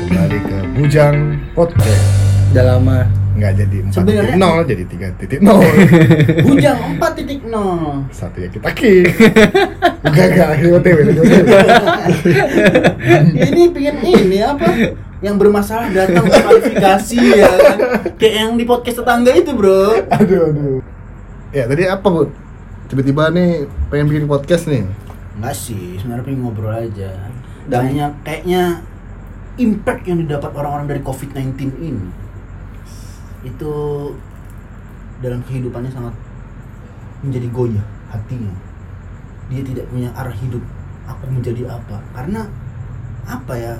kembali ke Bujang Podcast. Udah lama Nggak jadi 4.0 jadi 3.0. Bujang 4.0. Satu ya kita kick. Enggak OTW. Ini pengen ini apa? Yang bermasalah datang ke kualifikasi ya kan. Kayak yang di podcast tetangga itu, Bro. Aduh. Ya, tadi apa, Bu? Tiba-tiba nih pengen bikin podcast nih. Enggak sih, sebenarnya pengen ngobrol aja. Kayaknya impact yang didapat orang-orang dari COVID-19 ini itu dalam kehidupannya sangat menjadi goyah hatinya. Dia tidak punya arah hidup. Aku menjadi apa? Karena apa ya?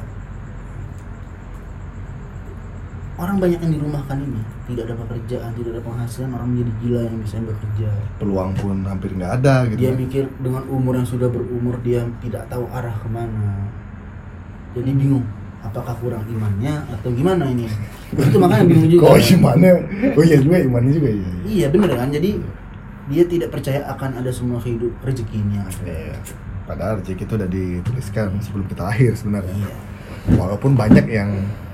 Orang banyak yang dirumahkan ini, tidak ada pekerjaan, tidak ada penghasilan, orang menjadi gila yang bisa bekerja. Peluang pun hampir nggak ada gitu. Dia mikir dengan umur yang sudah berumur dia tidak tahu arah kemana. Jadi bingung, apakah kurang imannya atau gimana ini? Itu makanya bingung juga. Oh imannya, oh iya juga imannya juga ya. Iya bener kan, jadi dia tidak percaya akan ada semua hidup rezekinya. Iya. Padahal rezeki itu udah dituliskan sebelum kita lahir sebenarnya. Iya. Walaupun banyak yang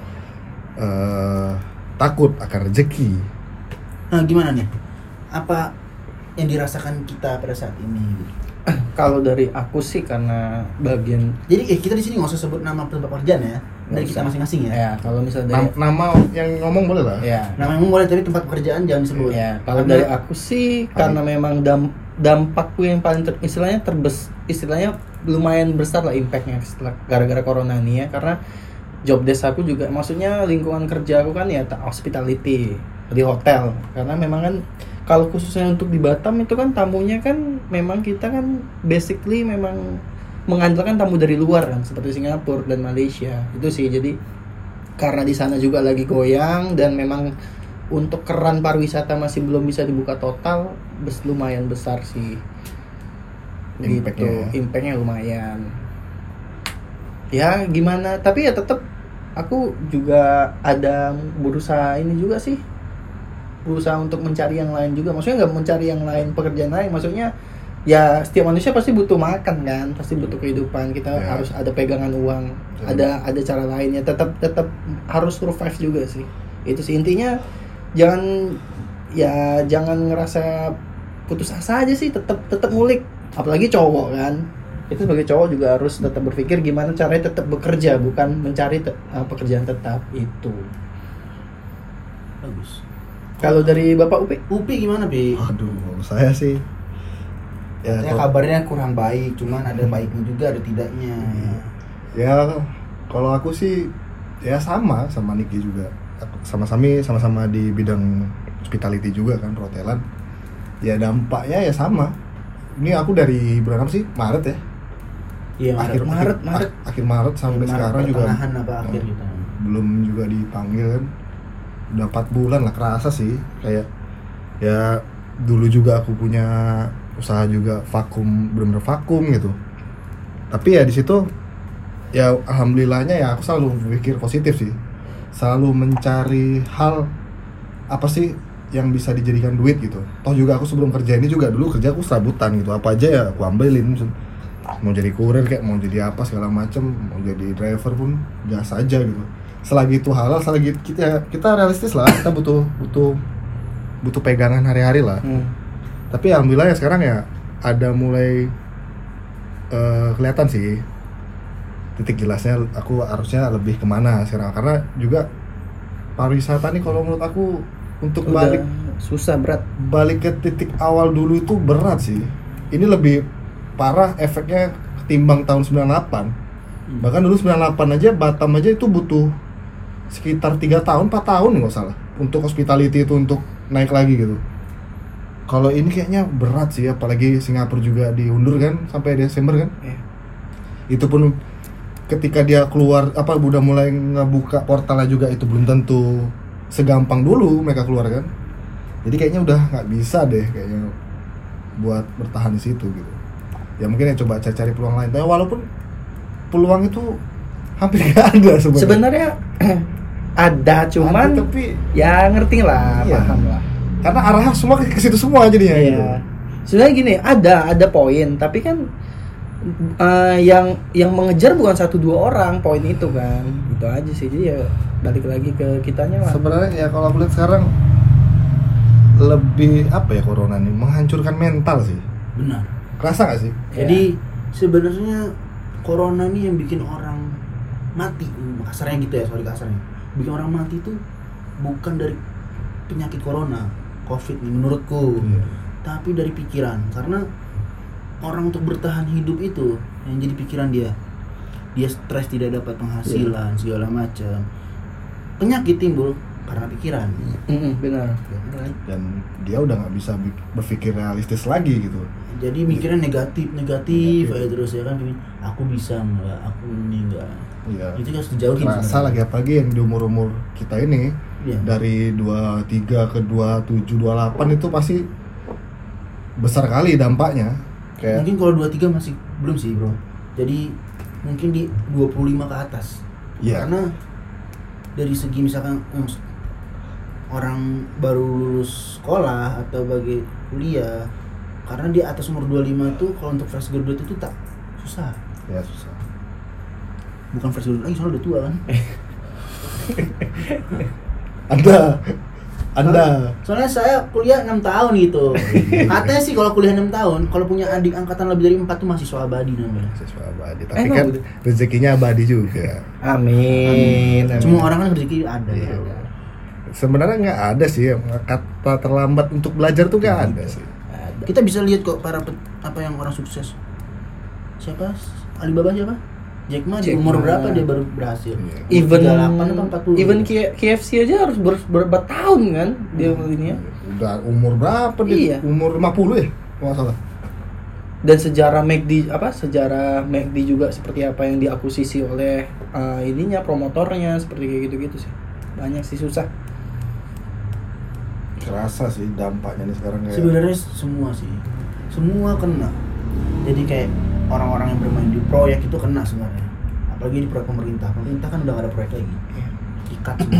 takut akan rezeki. Nah gimana nih? Apa yang dirasakan kita pada saat ini? kalau dari aku sih karena bagian Jadi kita di sini nggak usah sebut nama tempat pekerjaan ya, dari kita masing-masing ya. ya kalau misalnya dari Nama yang ngomong boleh lah. ya Nama yang boleh, tapi tempat pekerjaan jangan disebut. ya kalau dari aku sih karena memang dampakku yang paling istilahnya lumayan besar lah impactnya setelah gara-gara corona nih ya, karena job desk aku juga, maksudnya lingkungan kerja aku kan ya hospitality di hotel, karena memang kan kalau khususnya untuk di Batam itu kan tamunya kan memang kita kan basically memang mengandalkan tamu dari luar kan, seperti Singapura dan Malaysia itu sih. Jadi karena di sana juga lagi goyang dan memang untuk keran pariwisata masih belum bisa dibuka total, lumayan besar sih impactnya lumayan ya. Gimana tapi ya tetap aku juga ada berusaha ini juga sih, berusaha untuk mencari yang lain juga, maksudnya nggak mencari yang lain pekerjaan lain, maksudnya ya setiap manusia pasti butuh makan kan, pasti butuh kehidupan, kita harus ada pegangan uang, ada cara lainnya, tetap harus survive juga sih. Itu sih intinya, jangan ngerasa putus asa aja sih, tetap ngulik, apalagi cowok kan. Itu sebagai cowok juga harus tetap berpikir gimana caranya tetap bekerja, bukan mencari pekerjaan tetap itu. Bagus. Kalau dari Bapak Upi gimana, Pi? Aduh, saya sih ya kabarnya kurang baik, cuman ada baiknya juga, ada tidaknya. Ya kalau aku sih ya sama Niki juga. Sama-sama di bidang hospitality juga kan, perhotelan. Ya dampaknya ya sama. Ini aku dari bulan apa sih? Maret ya? Iya, akhir Maret sampai sekarang juga akhir gitu. Belum juga dipanggil kan. Udah 4 bulan lah, kerasa sih. Kayak ya dulu juga aku punya usaha juga bener-bener vakum gitu. Tapi ya di situ ya alhamdulillahnya ya aku selalu berpikir positif sih. Selalu mencari hal apa sih yang bisa dijadikan duit gitu. Toh juga aku sebelum kerja ini juga dulu kerja aku serabutan gitu. Apa aja ya aku ambilin. Mau jadi kurir kayak mau jadi apa segala macem, mau jadi driver pun gas aja gitu. Selagi itu halal, selagi kita realistis lah, kita butuh pegangan hari-hari lah. Tapi alhamdulillah ya sekarang ya ada mulai kelihatan sih titik jelasnya aku harusnya lebih kemana sekarang, karena juga pariwisata nih kalau menurut aku untuk balik ke titik awal dulu itu berat sih. Ini lebih parah efeknya ketimbang tahun 98. Bahkan dulu 98 aja Batam aja itu butuh sekitar 3 tahun, 4 tahun nggak salah untuk hospitality itu untuk naik lagi gitu. Kalau ini kayaknya berat sih, apalagi Singapura juga diundur kan sampai Desember kan. Itu pun ketika dia keluar udah mulai ngebuka portalnya juga itu belum tentu segampang dulu mereka keluar kan. Jadi kayaknya udah nggak bisa deh kayaknya buat bertahan di situ gitu. Ya mungkin ya coba cari peluang lain. Tapi walaupun peluang itu hampir nggak ada sebenarnya. Ada cuman tapi ya ngerti lah, iya, paham lah. Karena arahnya semua ke situ semua jadinya. Iya. Gitu. Sebenarnya gini, ada poin, tapi kan yang mengejar bukan 1-2 orang, poin itu kan. Itu aja sih. Jadi ya balik lagi ke kitanya lah. Sebenarnya ya kalau aku lihat sekarang lebih apa ya, corona nih menghancurkan mental sih. Benar. Kerasa gak sih? Jadi sebenarnya corona ini yang bikin orang mati, kasarnya gitu ya, sorry kasarnya. Bikin orang mati itu bukan dari penyakit corona, covid nih menurutku. Tapi dari pikiran, karena orang untuk bertahan hidup itu yang jadi pikiran dia stres, tidak dapat penghasilan segala macam, penyakit timbul karena pikiran. Benar. Dan dia udah nggak bisa berpikir realistis lagi gitu. Jadi mikirnya negatif aja terus ya kan, aku bisa nggak, aku ini nggak. Iya. Itu harus dijauhin. Kerasa lagi, apalagi yang di umur kita ini, dari 23 ke 27, 28 itu pasti besar kali dampaknya. Kayak mungkin kalau 23 masih belum sih bro, jadi mungkin di 25 ke atas. Karena dari segi misalkan orang baru lulus sekolah atau bagi kuliah, karena di atas umur 25 tuh kalau untuk fresh graduate itu tak susah. Ya susah. Bukan fresh graduate lagi, soalnya udah tua kan. Anda Soalnya saya kuliah 6 tahun gitu. Katanya sih kalau kuliah 6 tahun, kalau punya adik angkatan lebih dari 4 tuh mahasiswa abadi namanya. mahasiswa abadi. Tapi kan rezekinya abadi juga. Amin. Semua orang kan rezeki ada. Sebenarnya nggak ada sih kata terlambat untuk belajar tuh nggak ada sih. Kita bisa lihat kok para apa yang orang sukses. Siapa? Alibaba siapa? Jack Ma di umur berapa dia baru berhasil? Even 38 atau 40. Even KFC aja harus berapa tahun kan dia ini ya. Udah umur berapa dia? Umur 50 ya? Kalau nggak salah. Dan sejarah McD juga seperti apa yang diakuisisi oleh promotornya, seperti kayak gitu-gitu sih. Banyak sih, susah. Kerasa sih dampaknya nih sekarang kayak. Sebenarnya semua kena. Jadi kayak orang-orang yang bermain di proyek itu kena sebenarnya. Apalagi di proyek pemerintah kan udah gak ada proyek lagi. Ikat semua.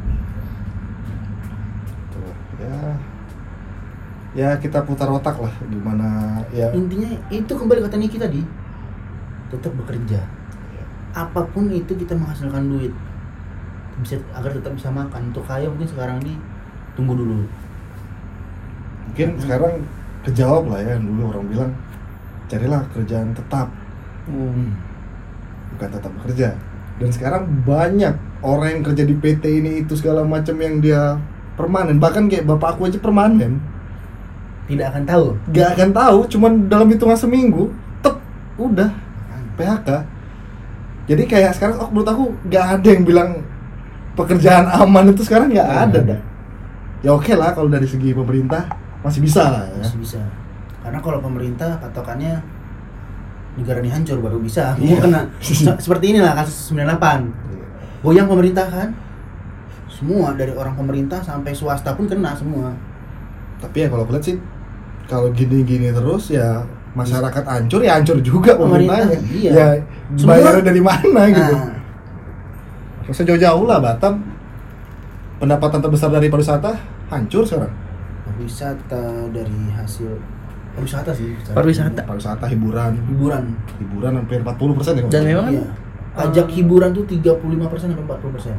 Ya kita putar otak lah gimana ya. Intinya itu kembali kata Niki tadi, tetap bekerja. Apapun itu kita menghasilkan duit bisa agar tetap bisa makan. Untuk kaya mungkin sekarang ini tunggu dulu. Mungkin sekarang kejawab lah ya, dulu orang bilang carilah kerjaan tetap, bukan tetap bekerja. Dan sekarang banyak orang yang kerja di PT ini itu segala macam yang dia permanen, bahkan kayak bapak aku aja permanen. Tidak akan tahu. Gak akan tahu, cuman dalam hitungan seminggu, udah PHK. Jadi kayak sekarang menurut aku gak ada yang bilang pekerjaan aman itu sekarang gak ada dah. Ya oke lah kalau dari segi pemerintah masih bisa lah ya. Masih bisa. Karena kalau pemerintah patokannya negara ini hancur baru bisa. Kena seperti inilah kasus 98. Goyang pemerintah kan. Semua dari orang pemerintah sampai swasta pun kena semua. Tapi ya kalau aku lihat sih kalau gini-gini terus ya masyarakat hancur ya hancur juga pemerintahnya. Iya. Ya bayarnya dari mana gitu. Masa jauh-jauh lah Batam, pendapatan terbesar dari pariwisata hancur sekarang. Pariwisata dari hasil pariwisata sih. Pariwisata, hiburan hampir 40% ya. Dan memang iya. Pajak hiburan tuh 35% sampai 40%.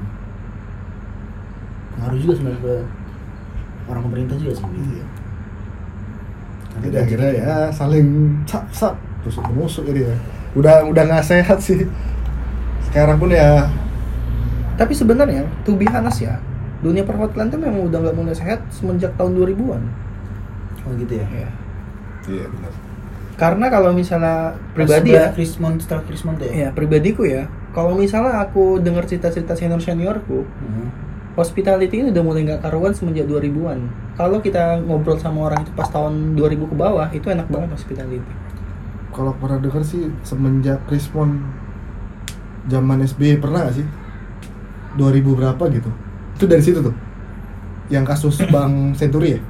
Ngaruh juga sebenarnya ke orang pemerintah juga sih. Iya. Jadi akhirnya ya saling cap tusuk menusuk jadi ya. Udah nggak sehat sih. Sekarang pun ya. Tapi sebenarnya to be honest ya, dunia perhotelan tuh memang udah nggak mulai sehat semenjak tahun 2000-an. Oh gitu ya. Iya benar. Karena kalau misalnya pribadi ya, Setelah Krismon tuh ya. Ya pribadiku ya, kalau misalnya aku dengar cerita-cerita seniorku, hospitality ini udah mulai nggak karuan semenjak 2000-an. Kalau kita ngobrol sama orang itu pas tahun 2000 ke bawah, itu enak banget hospitality. Kalau pernah dengar sih semenjak Krismon zaman SBY pernah nggak sih? 2000 berapa gitu? Itu dari situ tuh. Yang kasus Bank Century ya?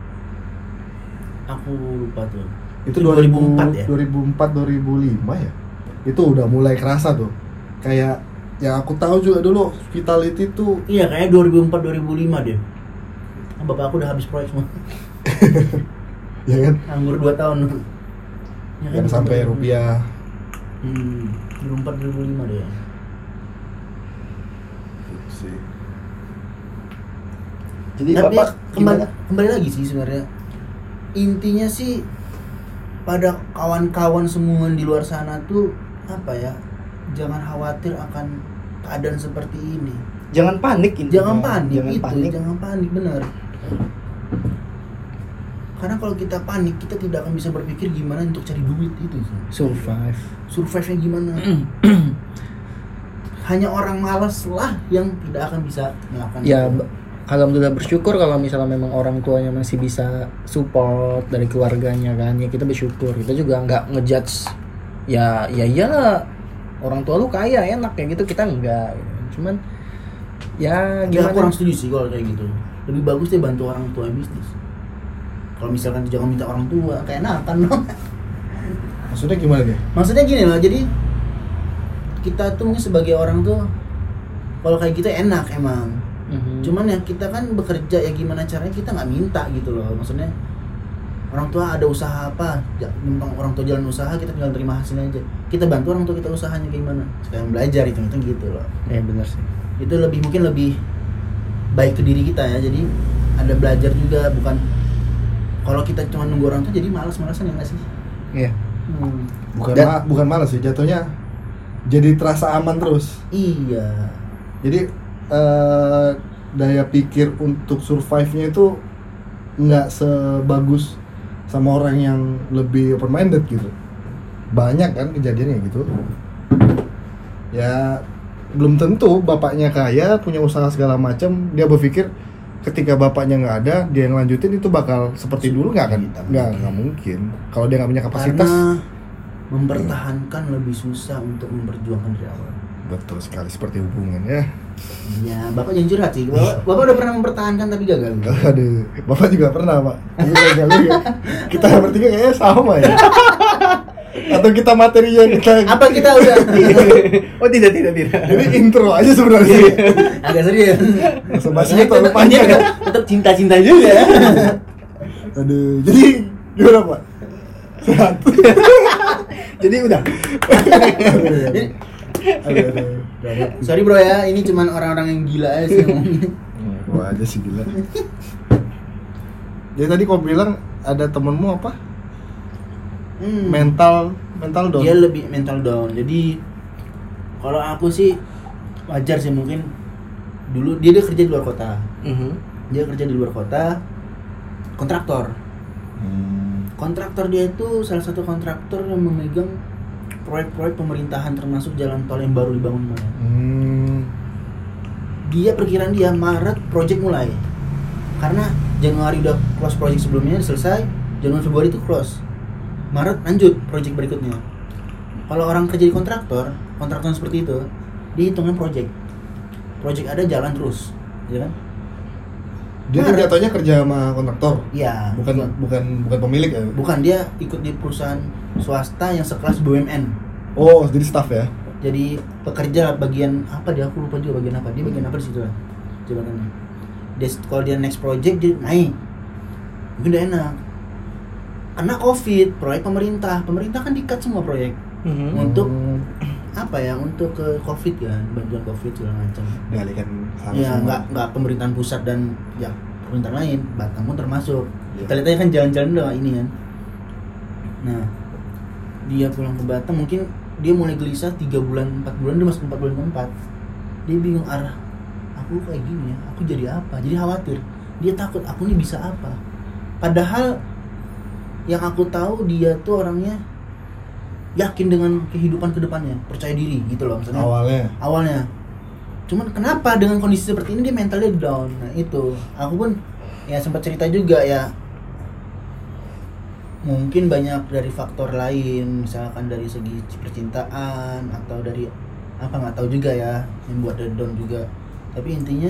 Aku lupa tuh. Itu 2004 ya? 2004 2005 ya? Itu udah mulai kerasa tuh. Kayak ya aku tahu juga dulu hospitality tuh iya kayak 2004 2005 deh. Bapak aku udah habis proyek semua. ya kan? Nganggur 2 tahun. Ya kan sampai rupiah 2004 2005 deh. Gitu sih. Jadi Tapi Bapak kembali lagi sih sebenarnya. Intinya sih pada kawan-kawan semua di luar sana tuh apa ya? Jangan khawatir akan keadaan seperti ini. jangan panik intinya. Jangan panik benar. Karena kalau kita panik, kita tidak akan bisa berpikir gimana untuk cari duit itu sih. Survive-nya gimana? Hanya orang malas lah yang tidak akan bisa melakukan Ya, itu. alhamdulillah bersyukur kalau misalnya memang orang tuanya masih bisa support dari keluarganya kan, ya kita bersyukur. Kita juga nggak ngejudge. Ya iyalah, orang tua lu kaya enak kayak gitu, kita enggak. Cuman ya Dia gimana? kurang setuju sih kalau kayak gitu. Lebih bagus dia bantu orang tua bisnis. Kalau misalkan jangan minta orang tua, kayak enakan dong. Maksudnya gimana nih? Maksudnya gini loh, jadi kita tuh mungkin sebagai orang tuh kalau kayak gitu enak emang. Cuman ya kita kan bekerja, ya gimana caranya kita nggak minta gitu loh. Maksudnya orang tua ada usaha apa, tentang orang tua jalan usaha, kita tinggal terima hasilnya aja. Kita bantu orang tua kita usahanya gimana, sekarang belajar itu gitu loh. Ya benar sih. Itu mungkin lebih baik ke diri kita ya. Jadi ada belajar juga, bukan kalau kita cuma nunggu orang tua jadi malas-malasan ya nggak sih? Iya. Bukan malas sih, jatuhnya jadi terasa aman terus. Iya. Jadi daya pikir untuk survive-nya itu nggak sebagus sama orang yang lebih open minded gitu. Banyak kan kejadiannya gitu. Ya belum tentu bapaknya kaya, punya usaha segala macam, dia berpikir ketika bapaknya nggak ada, dia yang lanjutin itu bakal seperti dulu, nggak akan, nggak mungkin. Kalau dia nggak punya kapasitas. Karena mempertahankan lebih susah untuk memperjuangkan dari awal. Betul sekali, seperti hubungan ya. Iya, Bapak jangan curhat sih. Bapak udah pernah mempertahankan tapi gagal. Aduh, Bapak juga pernah, Pak. Tapi gagal ya. Kita bertiga kayaknya sama ya. Atau kita materinya kita Apa kita udah? Oh tidak. Jadi intro aja sebenarnya. Agak serius. Basa-basinya terlalu panjang ya. Tetap cinta-cinta juga. Aduh, jadi gimana, Pak? Sehat. Jadi udah. Aduh. Sorry bro ya, ini cuman orang-orang yang gila aja sih ngomongin. Gua aja sih gila. Jadi tadi kau bilang ada temenmu apa? Mental down. Dia lebih mental down. Jadi kalau aku sih wajar sih, mungkin dulu dia kerja di luar kota. Dia kerja di luar kota, kontraktor. Kontraktor dia itu salah satu kontraktor yang memegang proyek-proyek pemerintahan, termasuk jalan tol yang baru dibangun kemarin. Dia perkiraan dia Maret proyek mulai, karena Januari udah close proyek sebelumnya selesai, Januari Februari itu close, Maret lanjut proyek berikutnya. Kalau orang kerja di kontraktor seperti itu, dia hitungan proyek ada jalan terus, ya kan? Dia tuh jatuhnya kerja sama kontraktor. Iya. Bukan pemilik ya. Bukan, dia ikut di perusahaan swasta yang sekelas BUMN. Oh, jadi staff ya. Jadi pekerja bagian apa dia, aku lupa juga bagian apa. Dia bagian apa di situ lah jabatannya. Dia kalau dia next project dia naik. Mungkin udah enak. Karena Covid, proyek pemerintah kan di-cut semua proyek. Untuk apa ya, untuk ke Covid kan, bantuan Covid segala macam. Dialihkan sama Ya semua. nggak pemerintahan pusat dan ya pemerintahan lain, Batam pun termasuk. Ya. Kita lihat aja kan jalan-jalan udah ini kan. Nah, dia pulang ke Batam, mungkin dia mulai gelisah 3 bulan, 4 bulan, dia masuk 4 bulan keempat. Dia bingung arah, aku kayak gini ya, aku jadi apa? Jadi khawatir. Dia takut, aku nih bisa apa? Padahal yang aku tahu dia tuh orangnya yakin dengan kehidupan kedepannya, percaya diri gitu loh maksudnya. Awalnya. Cuman kenapa dengan kondisi seperti ini dia mentalnya down. Nah itu, aku pun ya sempat cerita juga ya. Mungkin banyak dari faktor lain, misalkan dari segi percintaan atau dari apa nggak tahu juga ya, yang buat dia down juga. Tapi intinya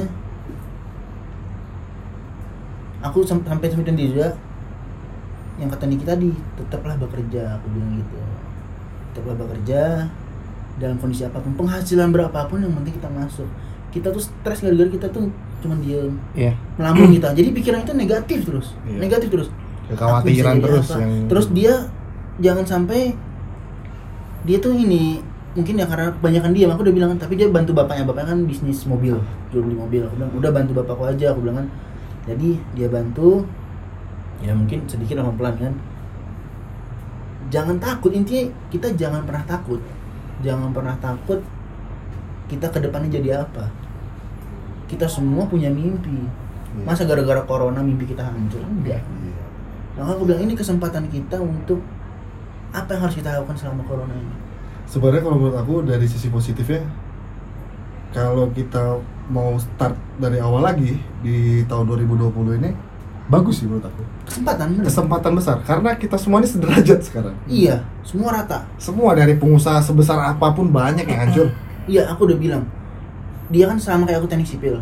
aku sampai dia juga yang kata Niki tadi, tetaplah bekerja, aku bilang gitu. Tetaplah bekerja dalam kondisi apapun, penghasilan berapapun, yang penting kita masuk. Kita tuh stres gara-gara kita tuh cuman diem, melambung kita. Jadi pikiran itu negatif terus. Kekhawatiran terus yang... Terus dia jangan sampai dia tuh ini mungkin ya karena kebanyakan diam, aku udah bilang kan, tapi dia bantu bapaknya kan bisnis mobil, jual beli mobil. Aku bilang udah bantu bapakku aja, aku bilang kan. Jadi dia bantu, ya mungkin sedikit lama pelan kan. Jangan takut, intinya kita jangan pernah takut kita ke depannya jadi apa. Kita semua punya mimpi. Masa gara-gara corona mimpi kita hancur? Enggak. Maka aku bilang ini kesempatan kita untuk apa yang harus kita lakukan selama corona ini. Sebenarnya kalau menurut aku dari sisi positifnya, kalau kita mau start dari awal lagi di tahun 2020 ini, bagus sih menurut aku. Kesempatan besar karena kita semua ini sederajat sekarang. Iya, semua rata. Semua dari pengusaha sebesar apapun banyak yang hancur. Iya, aku udah bilang. Dia kan sama kayak aku teknik sipil.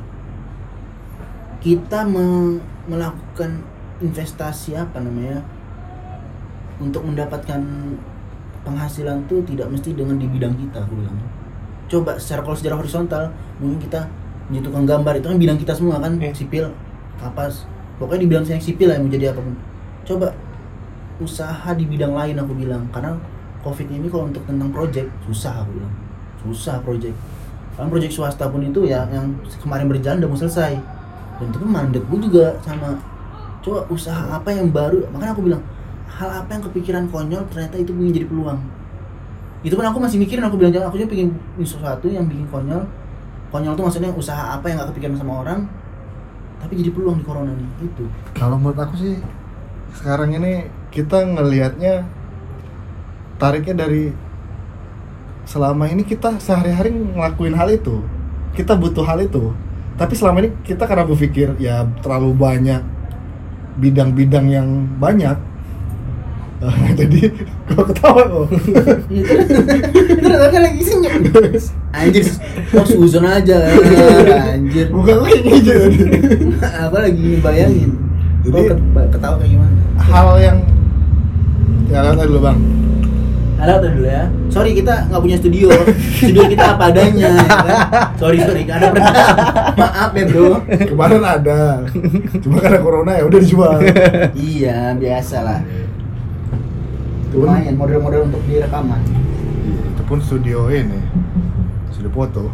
Kita melakukan investasi untuk mendapatkan penghasilan tuh tidak mesti dengan di bidang kita, aku bilang. Coba kalau secara horizontal, mungkin kita menjadi tukang gambar, itu kan bidang kita semua kan, sipil, kapas. Pokoknya di bidang teknik sipil lah yang mau jadi apapun. Coba usaha di bidang lain, aku bilang. Karena Covid ini kalau untuk tentang project susah, aku bilang. Susah project. Kalau project swasta pun itu ya yang kemarin berjalan udah mau selesai. Dan itu pun mandek gue juga sama. Coba usaha apa yang baru, makanya aku bilang hal apa yang kepikiran konyol ternyata itu bisa jadi peluang. Itu pun aku masih mikirin, aku bilang jangan, aku juga pengen sesuatu yang bikin konyol tuh maksudnya usaha apa yang gak kepikiran sama orang tapi jadi peluang di corona nih. Itu kalau menurut aku sih sekarang ini kita ngelihatnya tariknya dari selama ini kita sehari-hari ngelakuin hal itu, kita butuh hal itu, tapi selama ini kita karena berpikir ya terlalu banyak bidang-bidang yang banyak. Jadi kok ketawa kok. Terus kan lagi senyum. Anjir, suzon aja. Anjir. Bukan lagi aja tadi. Apa lagi bayangin. Jadi ketawa kayak gimana? Hal yang ya lihat dulu Bang. Halo dulu ya. Sorry kita nggak punya studio. Studio kita apa adanya ya kan? Sorry nggak ada perencanaan. Maaf ya bro. Kemarin ada. Cuma karena corona ya udah dijual. Iya, biasa lah. Lumayan model-model untuk direkaman. Iya, itu pun studio ini. Studio foto.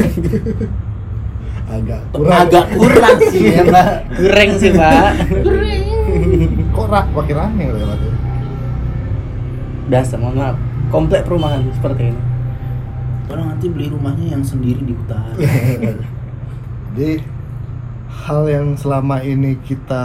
Agak kurang sih ya, Pak. Kurang sih, Pak. Kok makin rame lewatnya? Biasa, mohon maaf. Komplek perumahan seperti ini. Orang nanti beli rumahnya yang sendiri di utara. Jadi hal yang selama ini kita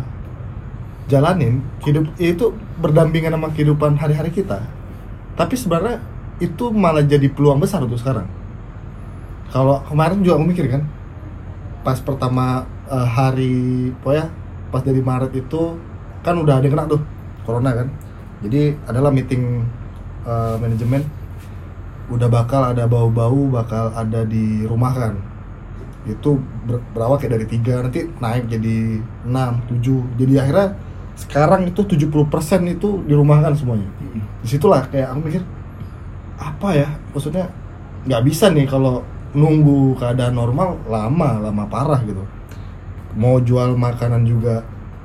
jalanin, hidup itu berdampingan sama kehidupan hari-hari kita. Tapi sebenarnya itu malah jadi peluang besar untuk sekarang. Kalau kemarin juga aku mikir kan, pas pertama hari, pokoknya pas dari Maret itu kan udah ada yang kena tuh corona kan. Jadi adalah meeting manajemen, udah bakal ada bau-bau, bakal ada di rumah kan. Itu berawal kayak dari 3 nanti naik jadi 6, 7. Jadi akhirnya sekarang itu 70% itu dirumahkan semuanya. Disitulah kayak aku mikir apa ya, maksudnya nggak bisa nih kalau nunggu keadaan normal lama parah gitu. Mau jual makanan juga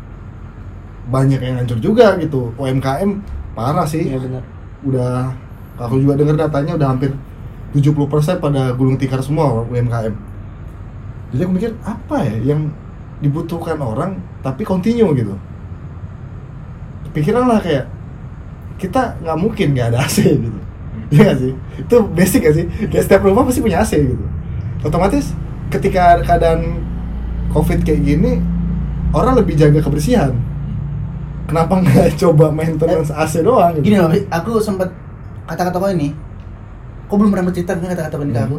banyak yang hancur juga gitu. UMKM parah sih. Iya benar. Udah aku juga dengar datanya udah hampir 70% pada gulung tikar semua UMKM. Jadi aku mikir apa ya yang dibutuhkan orang tapi continue gitu. Pikiran lah kayak kita nggak mungkin nggak ada AC gitu. Iya gak sih? Itu basic gak sih? Kayak setiap rumah pasti punya AC gitu. Otomatis ketika keadaan COVID kayak gini, orang lebih jaga kebersihan. Kenapa nggak coba maintenance AC doang gitu? Gini loh, aku sempat kata-kata kau ini, kau belum pernah bercerita kan kata-kata kau ini ke aku.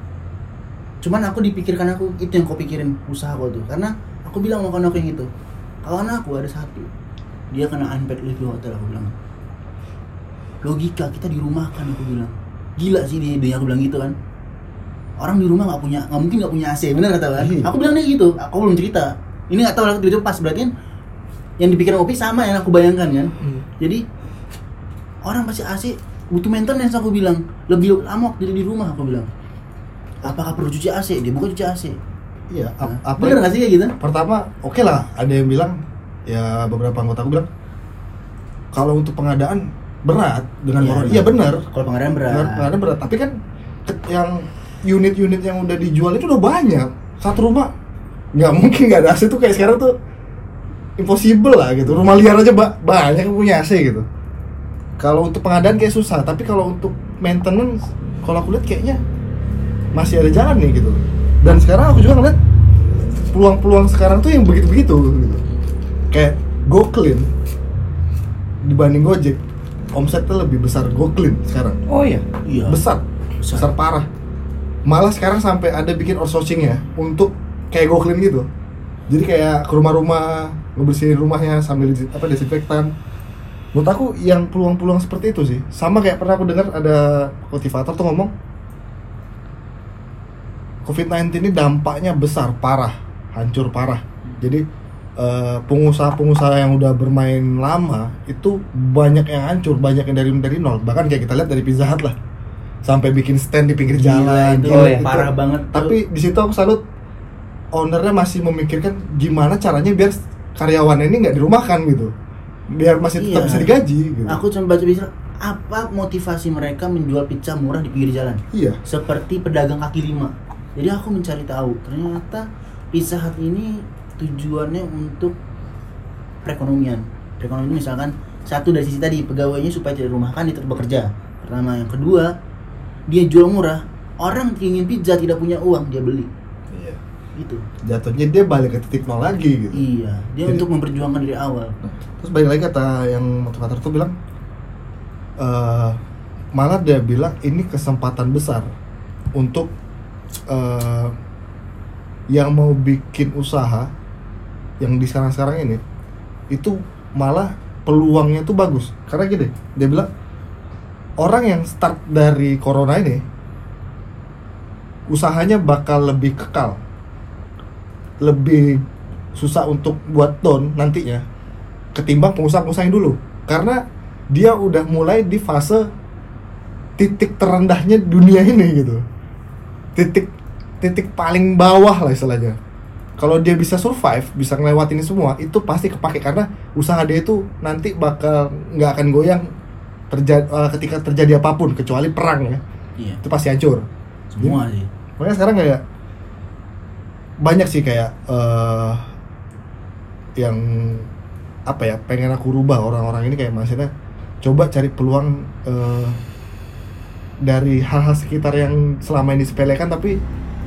Cuman aku dipikirkan aku, itu yang kau pikirin usaha kau tuh. Karena aku bilang sama kawan aku yang itu, kawan aku ada satu, dia kena unpaid leave di hotel, aku bilang. Logika kita di rumah kan, aku bilang. Gila sih dia aku bilang gitu kan. Orang di rumah nggak mungkin nggak punya AC, bener kata kan? Aku bilang dia gitu, aku belum cerita. Ini nggak tahu lah itu pas, berarti kan yang dipikirin Opi sama yang aku bayangkan kan. Jadi orang pasti AC butuh maintenance, aku bilang. Lebih lama waktu di rumah, aku bilang. Apakah perlu cuci AC? Dia bukan cuci AC. Iya, bener nggak sih kayak gitu? Pertama, oke lah, ada yang bilang, ya beberapa anggota aku bilang, kalau untuk pengadaan berat dengan Iya, corona. Iya benar. Kalau pengadaan berat. Pengadaan berat. Tapi kan yang unit-unit yang udah dijual itu udah banyak. Satu rumah nggak mungkin nggak ada AC tuh kayak sekarang tuh impossible lah gitu. Rumah liar aja banyak yang punya AC gitu. Kalau untuk pengadaan kayak susah, tapi kalau untuk maintenance, kalau aku lihat kayaknya masih ada jalan nih gitu. Dan sekarang aku juga ngeliat peluang-peluang sekarang tuh yang begitu-begitu gitu. Kayak GoClean dibanding Gojek, omsetnya lebih besar GoClean sekarang. Oh iya. Iya. Besar parah. Malah sekarang sampai ada bikin outsourcing ya untuk kayak GoClean gitu. Jadi kayak ke rumah-rumah ngebersihin rumahnya sambil desinfektan. Menurut aku yang peluang-peluang seperti itu sih. Sama kayak pernah aku dengar ada motivator tuh ngomong COVID-19 ini dampaknya besar, parah, hancur parah. Jadi pengusaha-pengusaha yang udah bermain lama itu banyak yang hancur, banyak yang dari nol. Bahkan kayak kita lihat dari Pizza Hut lah, sampai bikin stand di pinggir jalan. Itu, Itu. parah banget. Tapi di situ aku salut, ownernya masih memikirkan gimana caranya biar karyawannya ini nggak dirumahkan gitu, biar masih tetap bisa digaji. Gitu. Aku cuma baca bisa apa motivasi mereka menjual pizza murah di pinggir jalan. Iya. Seperti pedagang kaki lima. Jadi aku mencari tahu, ternyata Pizza Hut ini tujuannya untuk perekonomian. Perekonomian misalkan satu dari sisi tadi pegawainya supaya tidak dirumahkan, dia tetap bekerja. Pertama, yang kedua, dia jual murah. Orang ingin pizza tidak punya uang, dia beli. Iya. Itu. Jatuhnya dia balik ke titik nol lagi gitu. Iya, dia Jadi, untuk memperjuangkan dari awal. Terus balik lagi kata yang motivator tuh bilang, malah dia bilang ini kesempatan besar untuk yang mau bikin usaha yang di sekarang ini itu malah peluangnya tuh bagus. Karena gini, dia bilang orang yang start dari corona ini usahanya bakal lebih kekal, lebih susah untuk buat down nantinya ketimbang pengusaha-pengusaha yang dulu, karena dia udah mulai di fase titik terendahnya dunia ini gitu, titik paling bawah lah istilahnya. Kalau dia bisa survive, bisa ngelewatin ini semua, itu pasti kepake karena usaha dia itu nanti bakal nggak akan goyang ketika terjadi apapun kecuali perang ya. Iya. Itu pasti hancur. Semua sih. Makanya sekarang kayak banyak sih kayak yang apa ya, pengen aku rubah orang-orang ini, kayak maksudnya coba cari peluang dari hal-hal sekitar yang selama ini disepelekan tapi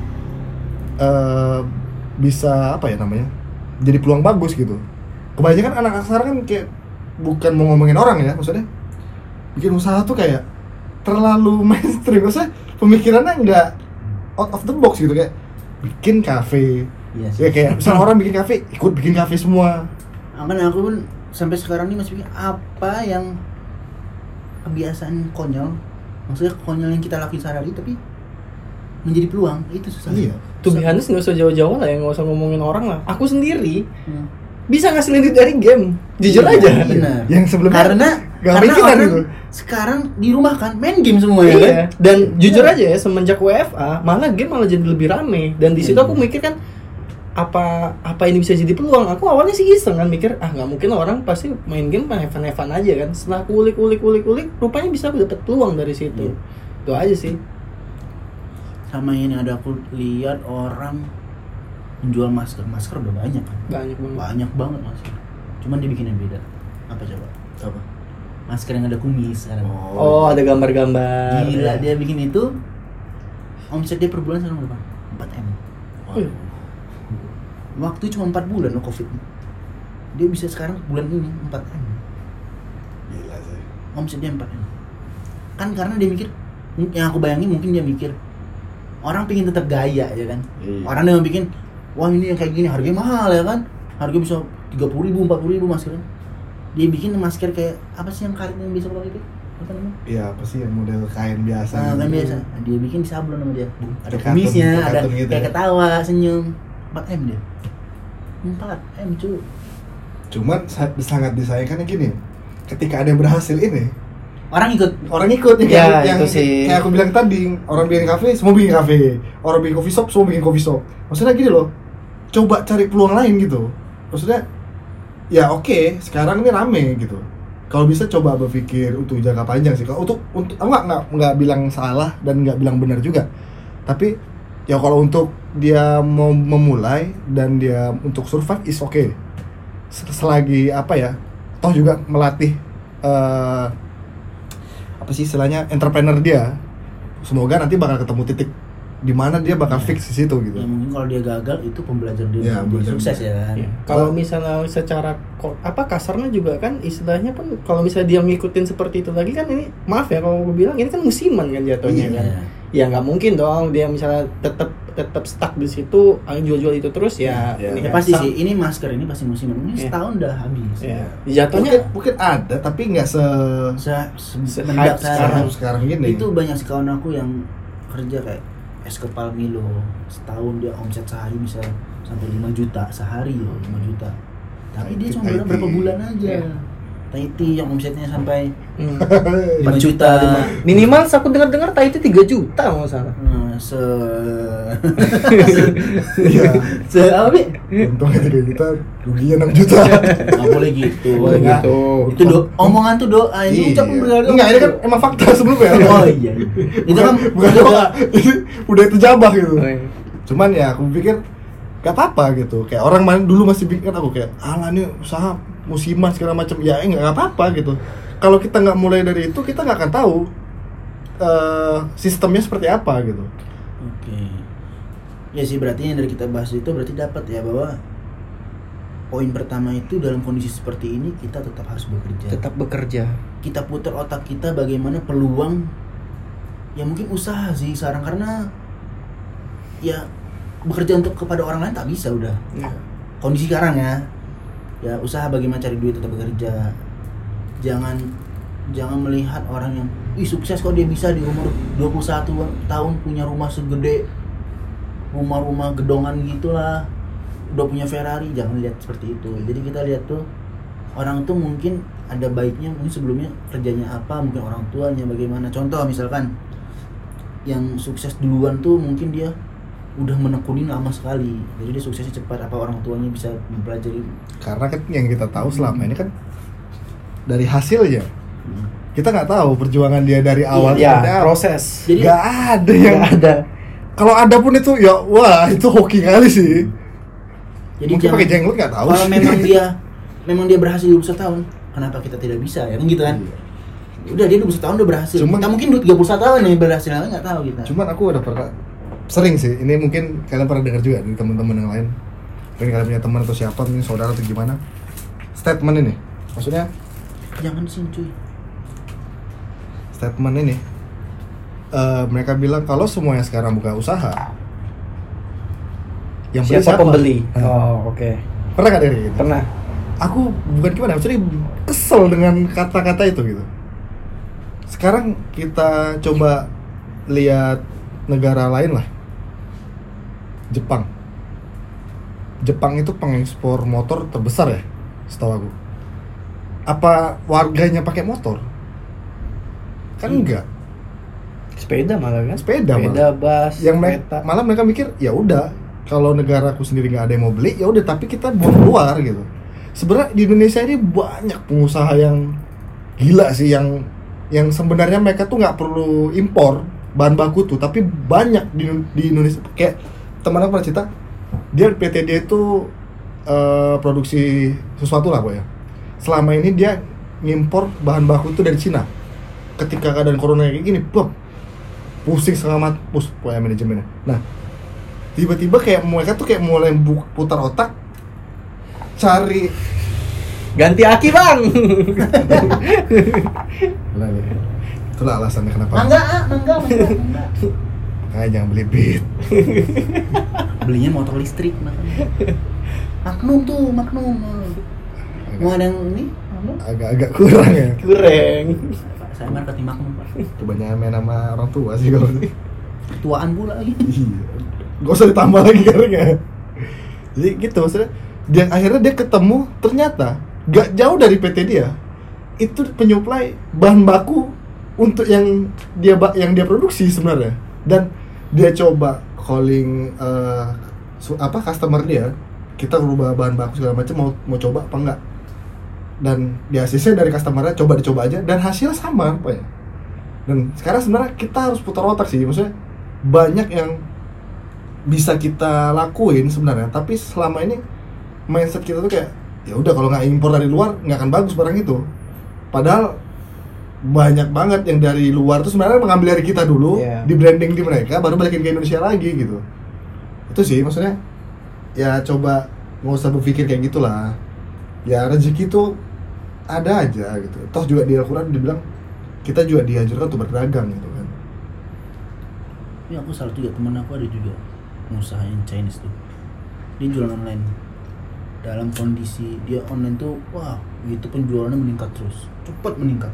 bisa apa ya namanya, jadi peluang bagus gitu. Kebanyakan anak sekarang kan kayak bukan mau ngomongin orang ya, maksudnya bikin usaha tuh kayak terlalu mainstream, maksudnya pemikirannya nggak out of the box gitu, kayak bikin kafe. Iya sih. Ya kayak misalnya orang bikin kafe, ikut bikin kafe semua. Makanya aku pun sampai sekarang ini masih pikir apa yang kebiasaan konyol, maksudnya konyol yang kita lakuin sehari-hari tapi menjadi peluang, itu susah. Iya. To be honest, nggak usah jauh-jauh lah ya, nggak usah ngomongin orang lah. Aku sendiri Hmm. bisa ngasilin duit dari game, jujur Iya, aja. benar. Yang sebelumnya Karena gak mikiran orang gitu. sekarang di rumah kan main game semua ya. Iya. Kan? Dan jujur aja ya, semenjak WFA malah game malah jadi lebih rame. Dan di situ aku mikir kan, apa ini bisa jadi peluang. Aku awalnya sih iseng kan, mikir nggak mungkin orang pasti main game evan-evan aja kan. Setelah aku ulik rupanya bisa aku dapat peluang dari situ. Itu aja sih. Sama ini ada aku lihat orang menjual masker udah banyak kan. Banyak banget masker. Cuman dia bikin yang beda. Apa coba? Apa? Masker yang ada kumis sekarang. Oh, ada gambar-gambar. Gila, dia bikin itu. Omset dia per bulan sekarang berapa? 4M. Waktu cuma 4 bulan loh Covid. Dia bisa sekarang bulan ini 4M. Gila sih. Omset dia 4M. Kan karena dia mikir, yang aku bayangin mungkin dia mikir orang pingin tetap gaya ya kan. Iya. Orang dia bikin, wah ini yang kayak gini harganya mahal ya kan. Harga bisa 30.000, 40.000 masker. Dia bikin masker kayak apa sih yang kain yang bisa pakai itu? Apa namanya? Iya, apa sih yang model kain biasa Nah, gitu. kan biasa. Nah, dia bikin di sablon sama dia. Ada Kayak kumisnya, kartun- ada kartun gitu kayak ya. ketawa, senyum. 4M dia. 4M cuy. Cuman sangat disayangkan gini, ketika ada yang berhasil ini, Orang ikut. orang ikut Ya, yang itu sih. kayak aku bilang tadi, orang bikin kafe, semua bikin kafe. Orang bikin coffee shop, semua bikin coffee shop. Maksudnya gini loh, coba cari peluang lain gitu. Maksudnya, ya oke, sekarang ini rame gitu. kalau bisa coba berpikir untuk jangka panjang sih. Kalau untuk aku nggak bilang salah dan nggak bilang benar juga, tapi ya kalau untuk dia mau memulai dan dia untuk survive is okay. Selagi apa ya, toh juga melatih apa sih istilahnya entrepreneur dia. Semoga nanti bakal ketemu titik di mana dia bakal fix di situ gitu. Ya mungkin kalau dia gagal itu pembelajaran dia Ya, untuk belajar. sukses ya kan. Kalau misalnya secara kasarnya juga kan istilahnya kan kalau misalnya dia ngikutin seperti itu lagi kan ini maaf ya kalau gue bilang ini kan musiman kan jatuhnya Iya. kan. Ya nggak mungkin dong dia misalnya tetap stuck di situ jual-jual itu terus ya. Iya. Ini Ya kan pasti sih, ini masker ini pasti musiman. Ini Iya. setahun udah habis. Ya. Jatuhnya Mungkin ada tapi nggak Mendak sekarang gini. Itu banyak sih kawan aku yang kerja kayak es kepal Milo, setahun dia omset sehari bisa sampai 5 juta sehari loh, 5 juta. Tapi dia cuma IT. berapa bulan aja. Iya. Tahiti yang omsetnya sampai 5 4 juta. minimal aku dengar-dengar Tahiti 3 juta nggak salah. Iya. Apa Bi? Untungnya 3 juta, ruginya 6 juta. Nggak boleh gitu. Boleh Nggak. gitu. Itu omongan tuh doa. Ini ucapan berharga. Enggak, ini kan emang fakta sebelumnya. Oh iya. Itu kan bukan doa. Udah itu jabah gitu. Oh, iya. Cuman ya aku pikir gak apa-apa gitu. Kayak orang mana dulu masih pikir aku kayak alah ini usaha musiman segala macam. Ya enggak apa-apa gitu. Kalau kita nggak mulai dari itu kita nggak akan tahu sistemnya seperti apa gitu. Oke. Ya sih berarti yang dari kita bahas itu berarti dapat ya bahwa poin pertama itu dalam kondisi seperti ini kita tetap harus bekerja. Tetap bekerja. Kita putar otak kita bagaimana peluang ya mungkin usaha sih sekarang karena ya bekerja untuk kepada orang lain tak bisa udah. Ya. Kondisi sekarang ya. Ya usaha bagaimana cari duit tetap bekerja. Jangan melihat orang yang sukses kok dia bisa di umur 21 tahun punya rumah segede rumah-rumah gedongan gitulah, udah punya Ferrari. Jangan lihat seperti itu. Jadi kita lihat tuh orang tuh mungkin ada baiknya, mungkin sebelumnya kerjanya apa, mungkin orang tuanya bagaimana. Contoh misalkan yang sukses duluan tuh mungkin dia udah menekunin lama sekali, jadi dia suksesnya cepat. Apa orang tuanya bisa mempelajari. Karena kan yang kita tahu selama ini kan dari hasilnya. Kita nggak tahu perjuangan dia dari awal Iya, sampai apa. proses. Jadi Nggak ada yang Nggak ada. Kalau ada pun itu ya wah itu hoki kali sih. jadi Mungkin pakai jenggot nggak tahu. kalau memang dia berhasil 21 tahun, kenapa kita tidak bisa ya kan gitu kan. Udah dia 21 tahun udah berhasil. Cuman- kita mungkin 31 tahun yang berhasil nggak tahu kita. Cuman aku udah pernah sering sih. Ini mungkin kalian pernah dengar juga dari teman-teman yang lain. Mungkin kalian punya teman atau siapa, mungkin saudara atau gimana. Statement ini, maksudnya Jangan sih cuy. statement ini mereka bilang kalau semuanya sekarang buka usaha, yang beli Siapa pembeli? Nah, Oh, oke. pernah nggak dari gitu? Pernah. Aku bukan gimana, maksudnya kesel dengan kata-kata itu gitu. Sekarang kita coba lihat negara lain lah. Jepang. Jepang itu pengekspor motor terbesar ya, setahu aku. Apa warganya pakai motor? Kan enggak. Sepeda malah kan? Sepeda bus, Yang kereta. malah mereka mikir ya udah, kalau negaraku sendiri nggak ada yang mau beli, ya udah tapi kita buang keluar gitu. Sebenarnya di Indonesia ini banyak pengusaha yang gila sih, yang sebenarnya mereka tuh nggak perlu impor bahan baku tuh, tapi banyak di Indonesia. Kayak teman aku pernah cerita, dia PT dia itu produksi sesuatu lah ya. Selama ini dia ngimpor bahan baku itu dari Cina. Ketika keadaan corona kayak gini, pusing setengah mampus pokoknya manajemennya. Nah, tiba-tiba kayak mereka tuh kayak mulai putar otak, cari Ganti aki, Bang. itulah alasannya kenapa. Mangga. Jangan beli Beat. Belinya motor listrik makanya. Magnum. Mau ada yang ini? Magnum? Agak kurang ya. Kurang. Saya marketing Magnum, Pak. Kebanyakan main sama orang tua sih kalau ini. Tuaan pula lagi. Iya. Gak usah ditambah lagi karena. Jadi gitu maksudnya. Akhirnya dia ketemu ternyata gak jauh dari PT dia itu penyuplai bahan baku untuk yang dia produksi sebenarnya. Dan dia coba calling customer dia, kita rubah bahan baku segala macam, mau coba apa enggak. dan di ACC dari customer-nya dicoba aja dan hasilnya sama rupanya. Dan sekarang sebenarnya kita harus putar otak sih, maksudnya banyak yang bisa kita lakuin sebenarnya, tapi selama ini mindset kita tuh kayak ya udah kalau nggak impor dari luar nggak akan bagus barang itu. Padahal banyak banget yang dari luar tuh sebenarnya mengambil dari kita dulu, di branding di mereka, baru balikin ke Indonesia lagi gitu. Itu sih maksudnya ya coba nggak usah berpikir kayak gitulah. Ya rezeki tuh ada aja gitu. Toh juga di Al-Quran dibilang kita juga dianjurkan untuk berdagang gitu kan. Ya aku salut juga, teman aku ada juga pengusaha yang Chinese tuh, dia jualan online. Dalam kondisi dia online tuh, wah itu penjualannya meningkat terus, cepat meningkat,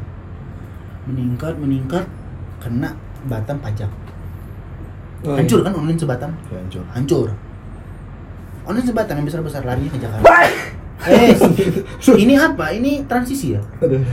kena Batam pajak. Hancur kan online sebatam? Ya, hancur. Online sebatam yang besar-besar larinya ke Jakarta. Ini apa? Ini transisi ya?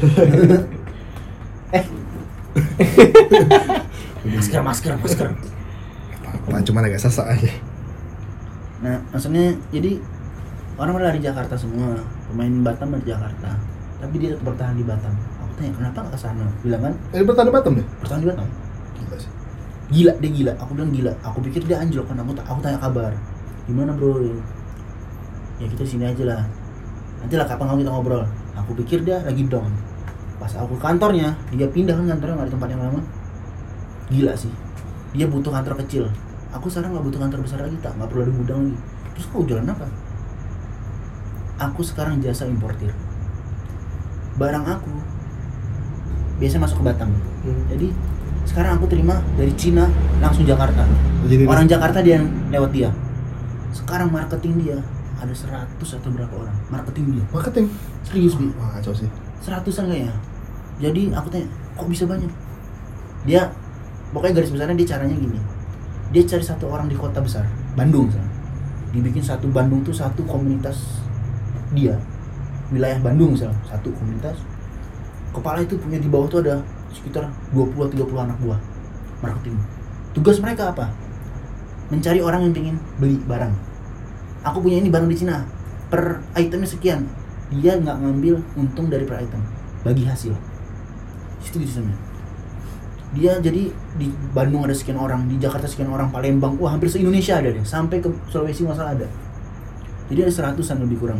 Masker. Apa cuma agak sesak aja. Nah, maksudnya jadi orang lari Jakarta semua, pemain Batam dari Jakarta, tapi dia tetap bertahan di Batam. Aku tanya, kenapa nggak ke sana? Bilang kan? Bertahan di Batam deh? Bertahan di Batam. Gila sih. Gila, dia gila. Aku bilang gila. Aku pikir dia anjlok kan. Aku tanya kabar. Gimana bro? Ya kita sini aja lah. Nanti lah kapan kita ngobrol. Aku pikir dia lagi down. Pas aku ke kantornya, dia pindah kan kantornya nggak di tempat yang lama. Gila sih. Dia butuh kantor kecil. Aku sekarang nggak butuh kantor besar lagi, tak. Nggak perlu ada gudang lagi. Terus kau jualan apa? Aku sekarang jasa importir. Barang aku biasa masuk ke Batam. Jadi sekarang aku terima dari Cina langsung Jakarta. Jadi orang Jakarta dia yang lewat dia. Sekarang marketing dia ada 100 atau berapa orang marketing dia. Marketing? Serius Bi? Wah kacau sih. 100-an kayaknya. Jadi aku tanya, kok bisa banyak? Dia pokoknya garis besarnya dia caranya gini. Dia cari satu orang di kota besar, Bandung misalnya. Dibikin satu Bandung tuh satu komunitas dia. Wilayah Bandung misalnya, satu komunitas. Kepala itu punya di bawah tuh ada sekitar 20-30 anak buah marketing. Tugas mereka apa? Mencari orang yang pengen beli barang. Aku punya ini barang di Cina, per itemnya sekian. Dia nggak ngambil untung dari per item, bagi hasil. Itu gitu sebenarnya. Dia jadi di Bandung ada sekian orang, di Jakarta sekian orang, Palembang, wah hampir se-Indonesia ada deh, sampai ke Sulawesi masalah ada. Jadi ada 100-an lebih kurang.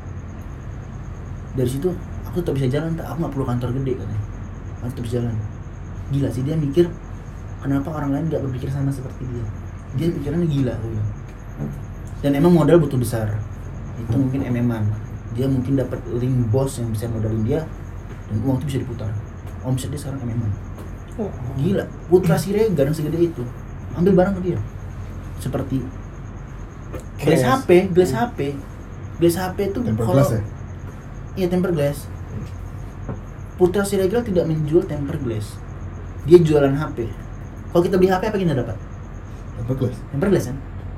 Dari situ aku tetap bisa jalan, tak, aku nggak perlu kantor gede katanya. Aku tetap bisa jalan. Gila sih dia mikir, kenapa orang lain nggak berpikir sama seperti dia. Dia pikirannya gila tuh. Dan emang modal butuh besar. Itu mungkin MM-an. Dia mungkin dapat link bos yang bisa modalin dia dan uang itu bisa diputar. Omset dia sekarang MM-an. Gila, Putra Siregar yang segede itu ambil barang ke dia. Seperti glass HP itu kalau ya? Iya, tempered glass. Putra Siregar tidak menjual tempered glass. Dia jualan HP. Kalau kita beli HP apa kita dapat? Tempered glass kan?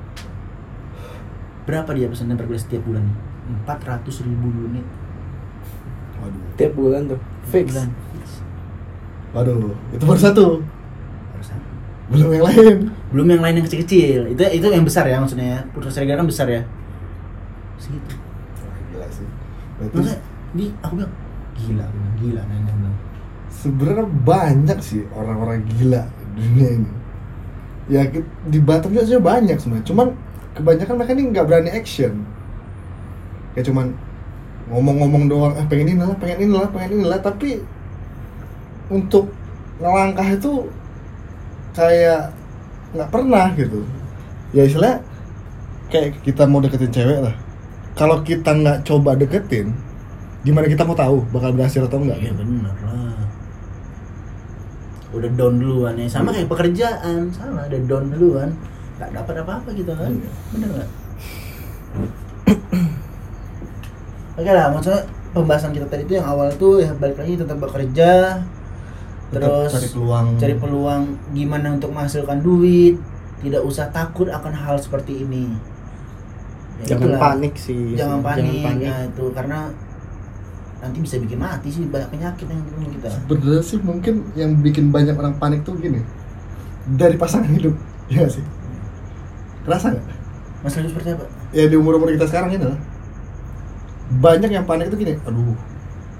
Berapa dia pesan tempered glass tiap bulan? 400.000 unit. Waduh. Tiap bulan tuh. Fix. Waduh, itu baru satu. Belum yang lain yang kecil-kecil. Itu yang besar ya maksudnya. Putra Siregar kan besar ya. Segitu. Gila sih. Maksudnya aku bilang gila nanya bilang. Sebenarnya banyak sih orang-orang gila di dunia ini. Ya di Batam juga banyak sebenarnya. Cuman kebanyakan mereka ini nggak berani action. Kayak cuman ngomong-ngomong doang, pengen inilah, tapi untuk ngelangkah itu kayak nggak pernah gitu. Ya istilahnya kayak kita mau deketin cewek lah. Kalau kita nggak coba deketin, gimana kita mau tahu bakal berhasil atau enggak? Iya bener lah. Udah down duluan ya, sama kayak pekerjaan, sama ada down duluan, nggak dapat apa-apa gitu kan? Iya. Bener nggak? Oke lah, maksudnya pembahasan kita tadi itu yang awal tuh ya balik lagi tetap bekerja, terus cari peluang gimana untuk menghasilkan duit, tidak usah takut akan hal seperti ini. Ya Jangan itulah. panik sih. Jangan panik. Nah itu karena nanti bisa bikin mati sih, banyak penyakit yang punya kita. Sebenarnya sih mungkin yang bikin banyak orang panik tuh gini, dari pasangan hidup, ya gak sih? Kerasa nggak? Masalah seperti apa? Ya di umur kita sekarang ini lah, banyak yang panik tuh gini, aduh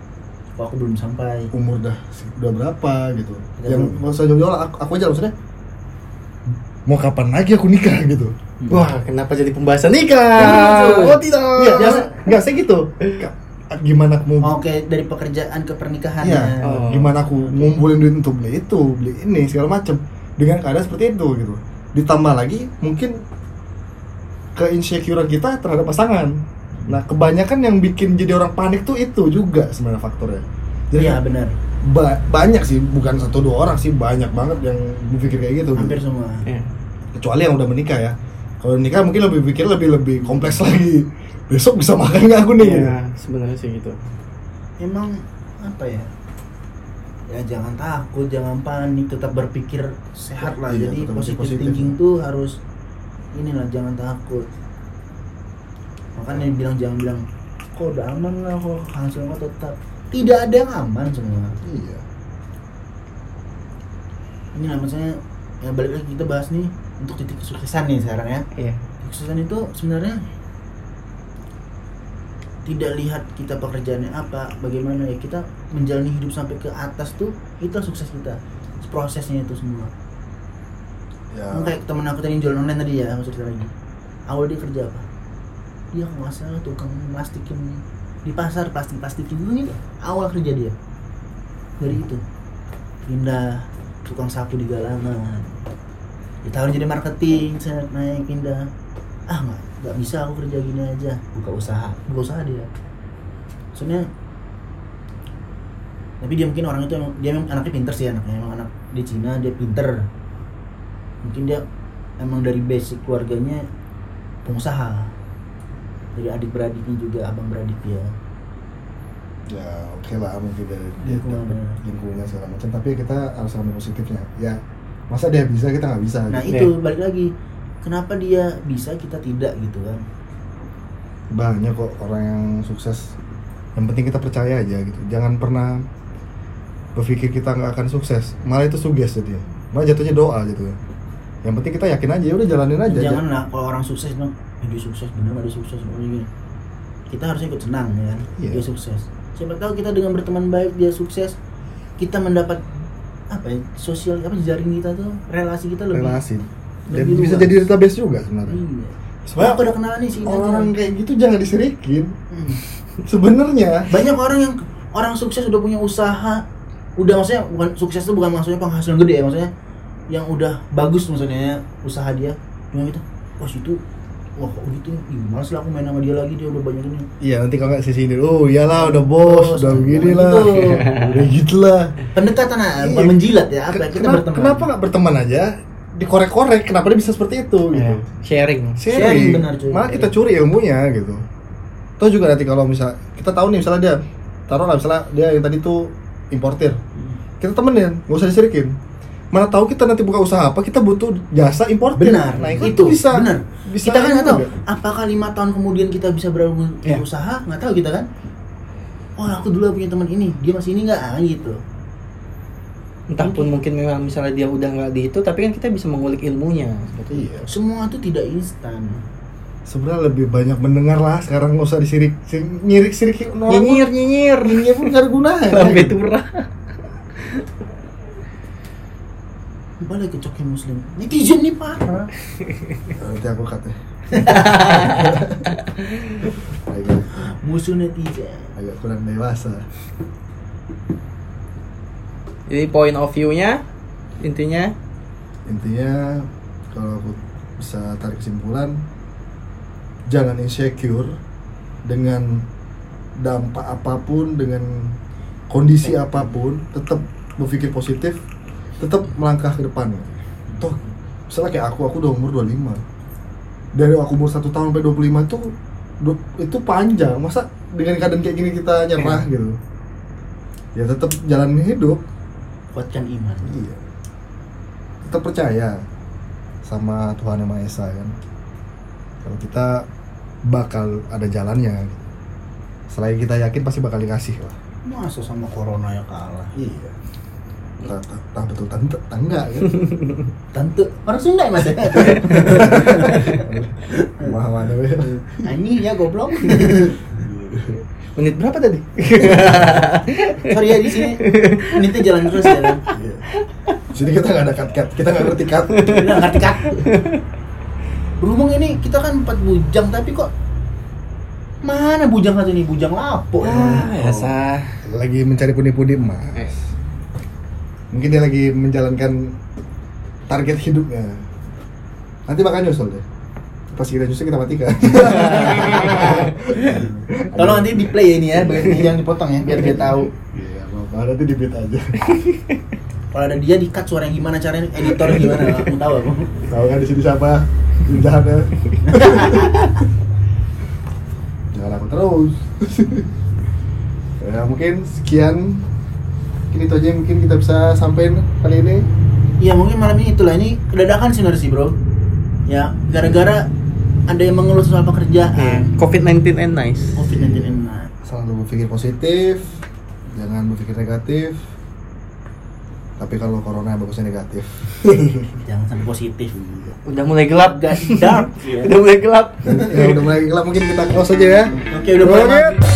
kok aku belum sampai. umur udah berapa gitu. Kita Yang belum. nggak usah jauh-jauh lah, aku aja maksudnya mau kapan lagi aku nikah gitu. Wah, kenapa jadi pembahasan nikah? Oh, tidak. Iya, nggak saya gitu. Gimana aku mau Oke, dari pekerjaan ke pernikahan Iya, ya. Oh. gimana aku ngumpulin duit untuk beli itu, beli ini segala macem dengan keadaan seperti itu gitu. Ditambah lagi mungkin keinsecurean kita terhadap pasangan. Nah, kebanyakan yang bikin jadi orang panik tuh itu juga sebenarnya faktornya. Jadi Iya, benar. banyak sih, bukan 1-2 orang sih, banyak banget yang berpikir kayak gitu. Hampir gitu. semua. Iya. Kecuali yang udah menikah ya. Kalau nikah mungkin lebih pikir lebih kompleks lagi. Besok bisa makan nggak aku nih? Iya, sebenarnya sih gitu. Emang apa ya? Ya jangan takut, jangan panik, tetap berpikir sehat lah. Iya, Jadi tetap positive positif. thinking tuh harus inilah, jangan takut. Makanya jangan bilang kok udah aman lah, kok hasilnya tetap. Tidak ada yang aman semua. Iya. Ini lah maksudnya, ya balik lagi kita bahas nih untuk titik kesuksesan nih sekarang ya. Iya. Kesuksesan itu sebenarnya tidak lihat kita pekerjaannya apa, bagaimana ya kita menjalani hidup sampai ke atas tuh, itu sukses kita. Prosesnya itu semua. Ya. Kayak temen aku tadi yang jualan online tadi ya, aku cerita lagi. Awal dia kerja apa? Dia kalau nggak salah tukang plastikin di pasar, plastik gitu. Awal kerja dia dari itu pindah tukang sapu di galangan, ditawarin jadi marketing, saya naik pindah. Nggak bisa aku kerja gini aja, buka usaha dia. Soalnya tapi dia mungkin orang itu dia memang anaknya pinter sih, anaknya emang anak di Cina, dia pinter. Mungkin dia emang dari basic keluarganya pengusaha, dari adik beradiknya juga, abang beradik dia. Ya oke lah, mungkin dari dia Lingkungan. dapet lingkungan segala macam, tapi kita harus ambil positifnya. Ya masa dia bisa kita nggak bisa Nah gitu. itu balik lagi, kenapa dia bisa kita tidak gitu kan? Banyak kok orang yang sukses, yang penting kita percaya aja gitu. Jangan pernah berpikir kita nggak akan sukses, malah itu suges jadi, malah jatuhnya doa gitu ya. Yang penting kita yakin aja, udah jalanin aja. Janganlah kalau orang sukses bilang, dia sukses bener nggak dia sukses begini. Kita harusnya ikut senang ya kan, Iya. dia sukses. Siapa tahu kita dengan berteman baik dia sukses, kita mendapat apa ya, sosial apa jaring kita tuh, relasi kita lebih relasi dan lebih bisa luas. jadi database juga sebenarnya. Iya. Sebenarnya Aku udah kenalan nih sih orang kayak gitu jangan disirikin. Hmm. Sebenarnya Banyak orang sukses udah punya usaha, udah maksudnya bukan sukses tuh bukan maksudnya penghasilan gede ya, maksudnya yang udah bagus maksudnya usaha dia, bilang gitu, wah kok gitu, males lah aku main sama dia lagi, dia udah banyak ini. iya, nanti kalau nggak sisi ini, oh iyalah udah bos, udah begini lah, gitu. udah gitulah. Pendekatan bukan Iya. menjilat ya, apa kita berteman. Kenapa nggak berteman aja? Dikorek-korek, kenapa dia bisa seperti itu gitu? Iya. Sharing. Sharing, benar, cuy. Malah kita curi ilmunya gitu. Toh juga nanti kalau misal kita tahu nih misalnya dia, taruhlah misalnya dia yang tadi tuh importir, kita temenin, nggak usah disirikin. Mana tahu kita nanti buka usaha apa, kita butuh jasa importir. Benar, Nah itu bisa. benar. Bisa Kita kan nggak tahu, juga. apakah 5 tahun kemudian kita bisa Iya. berusaha, nggak tahu kita kan. Oh aku dulu punya teman ini, dia masih ini nggak gitu. Entah pun mungkin memang misalnya dia udah nggak di itu, tapi kan kita bisa mengulik ilmunya. Seperti Iya. Semua itu tidak instan. Sebenarnya lebih banyak mendengar lah sekarang, nggak usah nyirik orang. nyinyir. Nyinyir pun nggak ada gunanya. Sampai turah. Balik ke coki muslim, netizen nih parah. Nanti aku cut ya. Musuh netizen. Agak kurang dewasa. Jadi point of view-nya intinya Intinya kalau aku bisa tarik kesimpulan, jangan insecure dengan dampak apapun, dengan kondisi apapun, tetap berpikir positif, tetap melangkah ke depan. Toh misalnya kayak aku udah umur 25, dari aku umur 1 tahun sampai 25 itu panjang. Masa dengan keadaan kayak gini kita nyerah gitu? Ya tetap jalanin hidup. Kuatkan iman. Iya. Tetap percaya sama Tuhan Yang Maha Esa kan. Kalau kita bakal ada jalannya. Selain kita yakin pasti bakal dikasih lah. Masa sama corona ya kalah. Iya. Tak betul enggak kan? Tante orang Sunda ya mas ya? Mana weh. Anjing ya goblok. Menit berapa tadi? Sorry ya, di sini menitnya jalan terus ya kan. Iya. Di sini kita nggak ada cut, kita nggak ngerti cut. Udah ngerti kan? Berhubung ini kita kan 4 bujang, tapi kok mana bujang satu ini? Bujang lapo. Ya sah. Lagi mencari pundi-pundi emas. Mungkin dia lagi menjalankan target hidupnya. Nanti bakal nyusul deh. Pas kita nyusul kita matikan. Tolong nanti di play ya ini ya, jangan dipotong ya, biar dia tahu. Iya, apa nanti di beat aja. Kalau ada dia di cut suaranya gimana, caranya editor gimana? Aku tahu aku. Tahu kan di sini siapa? Jahatnya. Jangan aku terus. Ya mungkin sekian. Mungkin itu aja yang mungkin kita bisa sampaikan kali ini. Iya mungkin malam ini itulah, ini kedadakan sebenarnya sih bro. Ya gara-gara ada yang mengeluh soal pekerjaan. COVID-19 and nice. COVID-19 enak. Selalu berpikir positif, jangan berpikir negatif. Tapi kalau corona bagusnya negatif. Jangan sampai positif. Udah mulai gelap. Gak dark. Udah mulai gelap. Ya udah mulai gelap, mungkin kita close aja ya. Oke, udah mulai. Oke.